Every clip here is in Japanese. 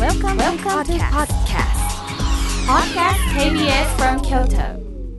Welcome to podcast. Podcast KBS from Kyoto.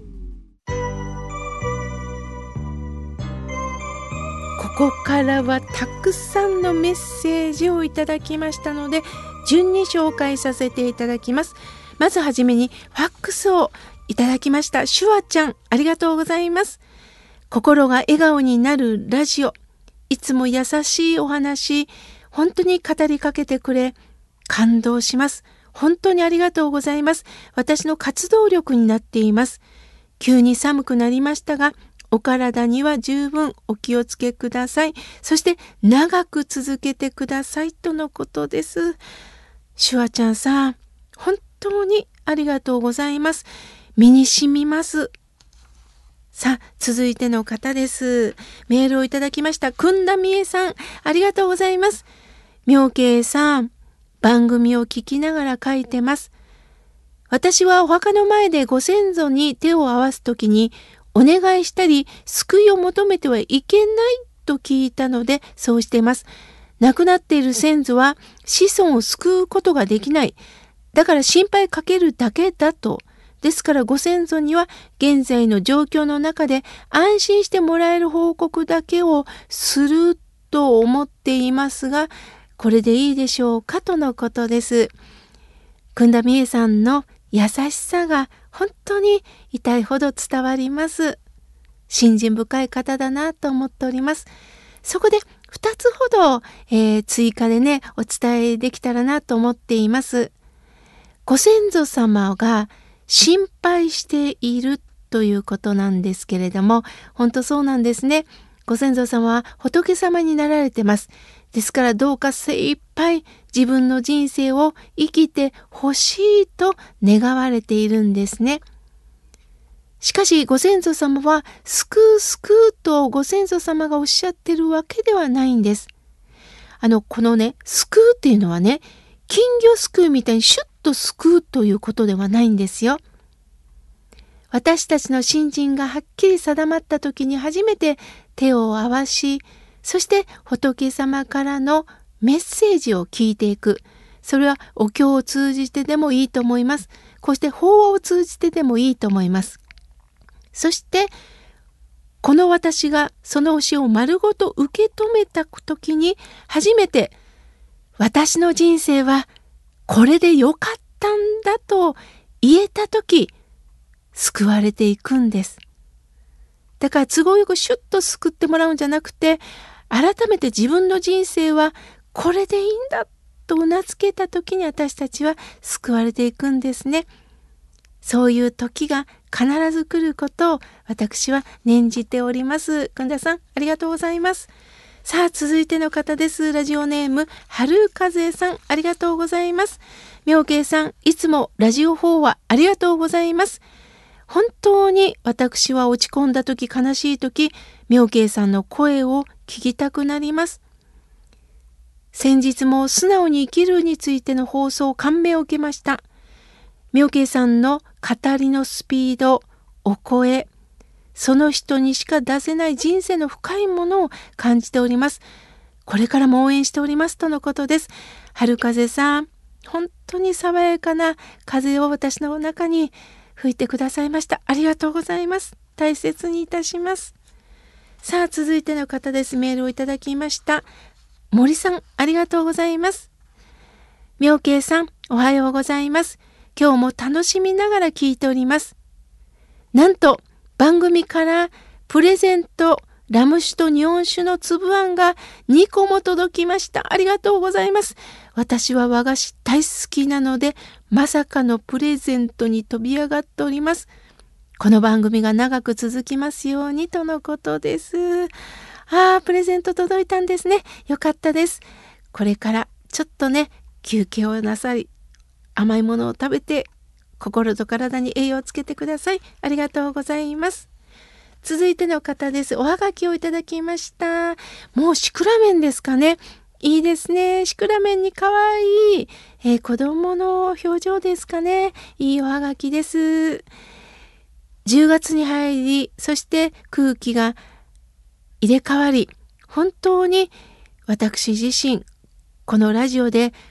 ここからはたくさんのメッセージをいただきましたので、順に紹介させていただきます。まずはじめにファックスをいただきました。シュワちゃん、ありがとうございます。心が笑顔になるラジオ。いつも優しいお話、本当に語りかけてくれ、感動します。本当にありがとうございます。私の活動力になっています。急に寒くなりましたが、お体には十分お気をつけください。そして長く続けてくださいとのことです。シュワちゃんさん、本当にありがとうございます。身に染みます。さあ、続いての方です。メールをいただきました。くんだみえさん、ありがとうございます。妙慶さん、番組を聞きながら書いてます。私はお墓の前でご先祖に手を合わすときに、お願いしたり、救いを求めてはいけないと聞いたので、そうしています。亡くなっている先祖は子孫を救うことができない。だから心配かけるだけだと。ですからご先祖には現在の状況の中で安心してもらえる報告だけをすると思っていますが、これでいいでしょうかとのことです。くんだみえさんの優しさが本当に痛いほど伝わります。信心深い方だなと思っております。そこで2つほど、追加でね、お伝えできたらなと思っています。ご先祖様が心配しているということなんですけれども、本当そうなんですね。ご先祖様は仏様になられてます。ですからどうか精一杯自分の人生を生きてほしいと願われているんですね。しかしご先祖様は救う救うとご先祖様がおっしゃってるわけではないんです。このね、救うっていうのはね、金魚すくうみたいにシュッと救うということではないんですよ。私たちの信心がはっきり定まった時に初めて手を合わし、そして仏様からのメッセージを聞いていく。それはお経を通じてでもいいと思います。こうして法話を通じてでもいいと思います。そしてこの私がその教えを丸ごと受け止めた時に初めて私の人生はこれでよかったんだと言えた時、救われていくんです。だから都合よくシュッと救ってもらうんじゃなくて、改めて自分の人生はこれでいいんだとうなずけた時に私たちは救われていくんですね。そういう時が必ず来ることを私は念じております。くんださん、ありがとうございます。さあ、続いての方です。ラジオネーム、春風さん、ありがとうございます。妙慶さん、いつもラジオ4話ありがとうございます。本当に私は落ち込んだ時、悲しい時、妙慶さんの声を聞きたくなります。先日も素直に生きるについての放送を感銘を受けました。妙慶さんの語りのスピード、お声、その人にしか出せない人生の深いものを感じております。これからも応援しておりますとのことです。春風さん、本当に爽やかな風を私の中に吹いてくださいました。ありがとうございます。大切にいたします。さあ、続いての方です。メールをいただきました。森さん、ありがとうございます。妙慶さん、おはようございます。今日も楽しみながら聞いております。なんと番組からプレゼントラム酒と日本酒の粒あんが2個も届きました。ありがとうございます。私は和菓子大好きなのでまさかのプレゼントに飛び上がっております。この番組が長く続きますようにとのことです。プレゼント届いたんですね。よかったです。これからちょっとね、休憩をなさり、甘いものを食べて心と体に栄養をつけてください。ありがとうございます。続いての方です。おはがきをいただきました。もうシクラメンですかね。いいですね。シクラメンにかわいい、子供の表情ですかね。いいおはがきです。10月に入り、そして空気が入れ替わり、本当に私自身このラジオで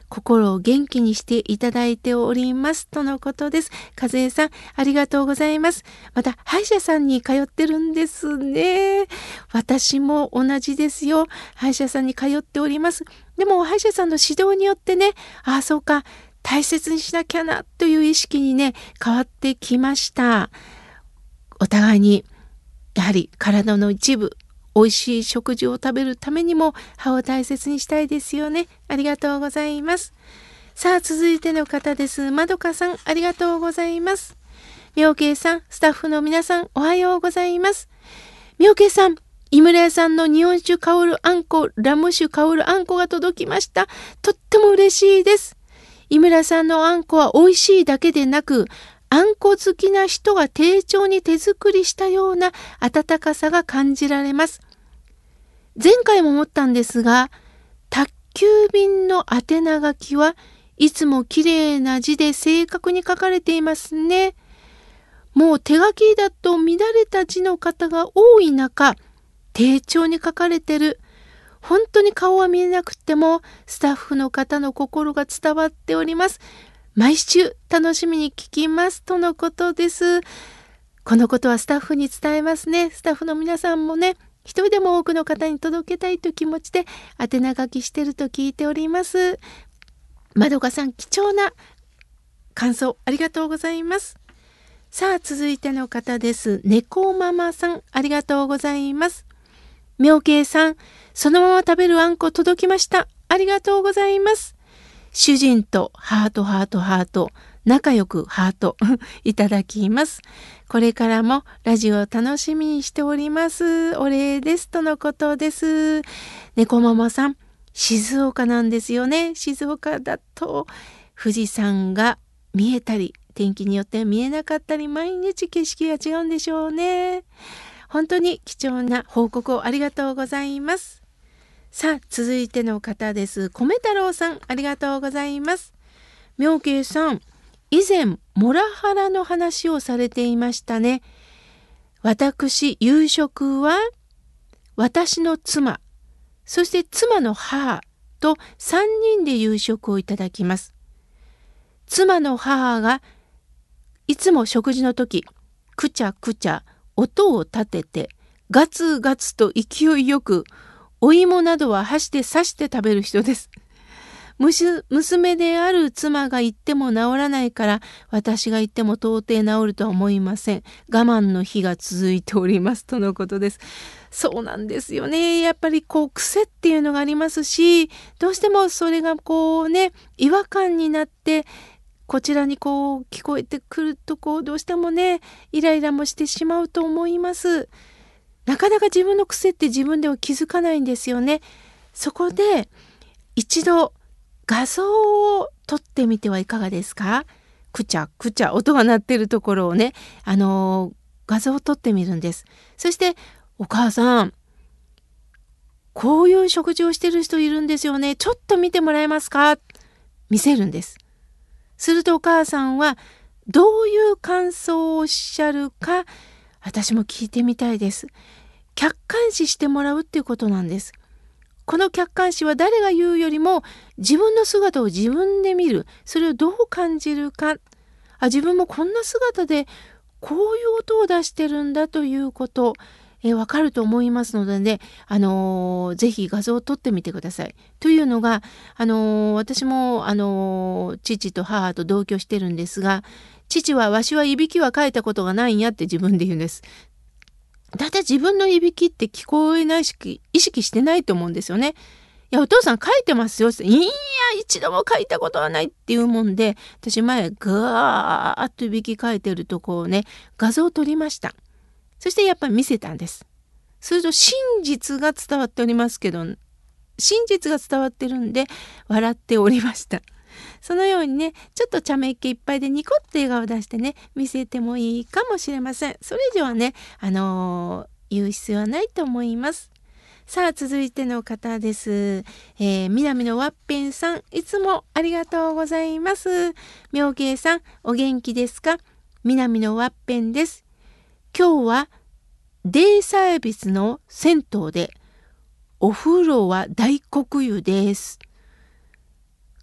心を元気にしていただいておりますとのことです。和江さん、ありがとうございます。また歯医者さんに通ってるんですね。私も同じですよ。歯医者さんに通っております。でも歯医者さんの指導によってね、そうか、大切にしなきゃなという意識にね、変わってきました。お互いにやはり体の一部、美味しい食事を食べるためにも歯を大切にしたいですよね。ありがとうございます。さあ、続いての方です。まどかさん、ありがとうございます。妙慶さん、スタッフの皆さん、おはようございます。妙慶さん、井村屋さんの日本酒香るあんこ、ラム酒香るあんこが届きました。とっても嬉しいです。井村さんのあんこは美味しいだけでなく、あんこ好きな人が丁重に手作りしたような温かさが感じられます。前回も思ったんですが、宅急便の宛名書きはいつも綺麗な字で正確に書かれていますね。もう手書きだと乱れた字の方が多い中、丁重に書かれてる。本当に顔は見えなくてもスタッフの方の心が伝わっております。毎週楽しみに聞きますとのことです。このことはスタッフに伝えますね。スタッフの皆さんもね、一人でも多くの方に届けたいという気持ちで宛名書きしてると聞いております。まどかさん、貴重な感想ありがとうございます。さあ、続いての方です。猫ママさん、ありがとうございます。妙慶さん、そのまま食べるあんこ届きました。ありがとうございます。主人とハート、仲良くハートいただきます。これからもラジオを楽しみにしております。お礼ですとのことです。猫ママさん、静岡なんですよね。静岡だと富士山が見えたり、天気によって見えなかったり、毎日景色が違うんでしょうね。本当に貴重な報告をありがとうございます。さあ、続いての方です。米太郎さん、ありがとうございます。妙慶さん、以前モラハラの話をされていましたね。私、夕食は私の妻、そして妻の母と3人で夕食をいただきます。妻の母がいつも食事の時、くちゃくちゃ音を立ててガツガツと勢いよくお芋などは箸で刺して食べる人です。娘である妻が言っても治らないから私が言っても到底治るとは思いません。我慢の日が続いておりますとのことです。そうなんですよね。やっぱり癖っていうのがありますし、どうしてもそれが違和感になってこちらに聞こえてくるとどうしてもねイライラもしてしまうと思います。なかなか自分の癖って自分では気づかないんですよね。そこで一度画像を撮ってみてはいかがですか？くちゃくちゃ音が鳴ってるところをね、画像を撮ってみるんです。そしてお母さん、こういう食事をしてる人いるんですよね。ちょっと見てもらえますか？見せるんです。するとお母さんはどういう感想をおっしゃるか、私も聞いてみたいです。客観視してもらうっていうことなんです。この客観視は誰が言うよりも自分の姿を自分で見る。それをどう感じるか。自分もこんな姿でこういう音を出してるんだということ、わかると思いますのでね、ぜひ画像を撮ってみてください。というのが、私も父と母と同居してるんですが、父はわしはいびきはかいたことがないんやって自分で言うんです。だいたい自分のいびきって聞こえないし意識してないと思うんですよね。いや、お父さん書いてますよって。いや、一度も書いたことはないっていうもんで、私前ガーッといびきかいてるとこをね、画像を撮りました。そしてやっぱり見せたんです。すると真実が伝わっておりますけど、真実が伝わってるんで笑っておりました。そのようにね、ちょっと茶目っ気いっぱいでニコッと笑顔を出してね、見せてもいいかもしれません。それ以上はね、言う必要はないと思います。さあ、続いての方です。南のワッペンさん、いつもありがとうございます。妙慶さん、お元気ですか？南のワッペンです。今日はデイサービスの銭湯でお風呂は大黒湯です。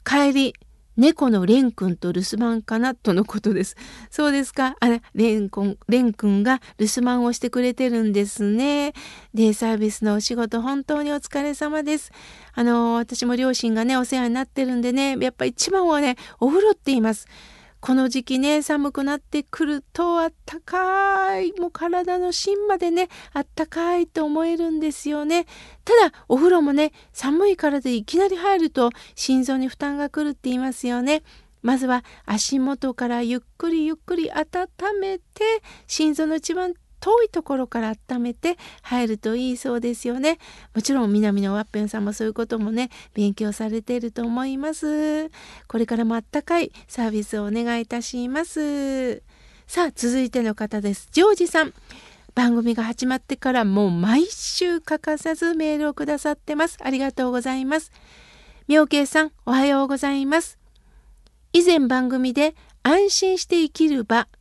帰り猫のレン君と留守番かなとのことです。そうですか。レン君が留守番をしてくれてるんですね。デイサービスのお仕事本当にお疲れ様です。私も両親がねお世話になってるんでね、やっぱ一番はねお風呂って言います。この時期ね寒くなってくるとあったかい、もう体の芯までねあったかいと思えるんですよね。ただお風呂もね寒いからでいきなり入ると心臓に負担がくるって言いますよね。まずは足元からゆっくりゆっくり温めて、心臓の一番遠いところから温めて入るといいそうですよね。もちろん南のワッペンさんもそういうこともね勉強されていると思います。これからもあったかいサービスをお願いいたします。さあ続いての方です。ジョージさん、番組が始まってからもう毎週欠かさずメールをくださってます。ありがとうございます。妙慶さん、おはようございます。以前番組で安心して生きる場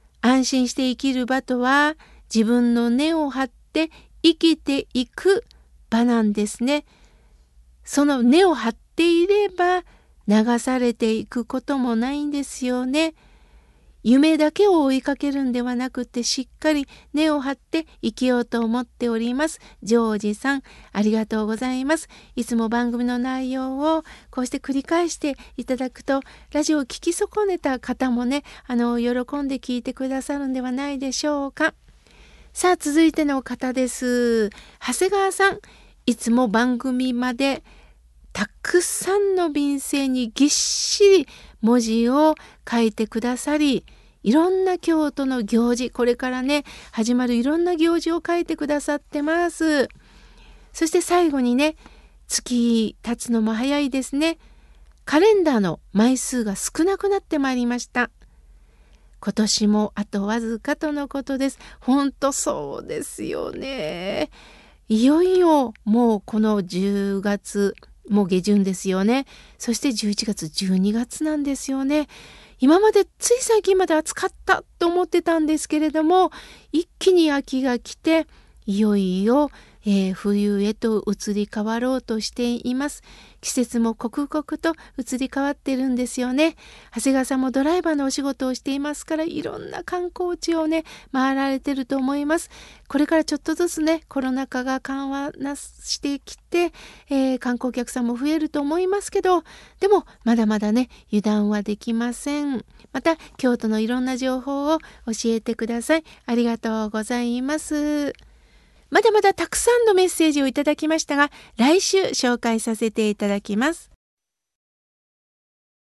とは自分の根を張って生きていく場なんですね。その根を張っていれば流されていくこともないんですよね。夢だけを追いかけるんではなくて、しっかり根を張って生きようと思っております。ジョージさん、ありがとうございます。いつも番組の内容をこうして繰り返していただくと、ラジオを聞き損ねた方もね、喜んで聞いてくださるんではないでしょうか。さあ続いての方です。長谷川さん、いつも番組までたくさんの便箋にぎっしり文字を書いてくださり、いろんな京都の行事、これからね始まるいろんな行事を書いてくださってます。そして最後にね、月経つのも早いですね。カレンダーの枚数が少なくなってまいりました。今年もあとわずかとのことです。本当そうですよね。いよいよもうこの10月もう下旬ですよね。そして11月12月なんですよね。今までつい最近まで暑かったと思ってたんですけれども、一気に秋が来ていよいよ、冬へと移り変わろうとしています。季節も刻々と移り変わってるんですよね。長谷川さんもドライバーのお仕事をしていますから、いろんな観光地をね回られてると思います。これからちょっとずつねコロナ禍が緩和してきて、観光客さんも増えると思いますけど、でもまだまだね油断はできません。また京都のいろんな情報を教えてください。ありがとうございます。まだまだたくさんのメッセージをいただきましたが、来週紹介させていただきます。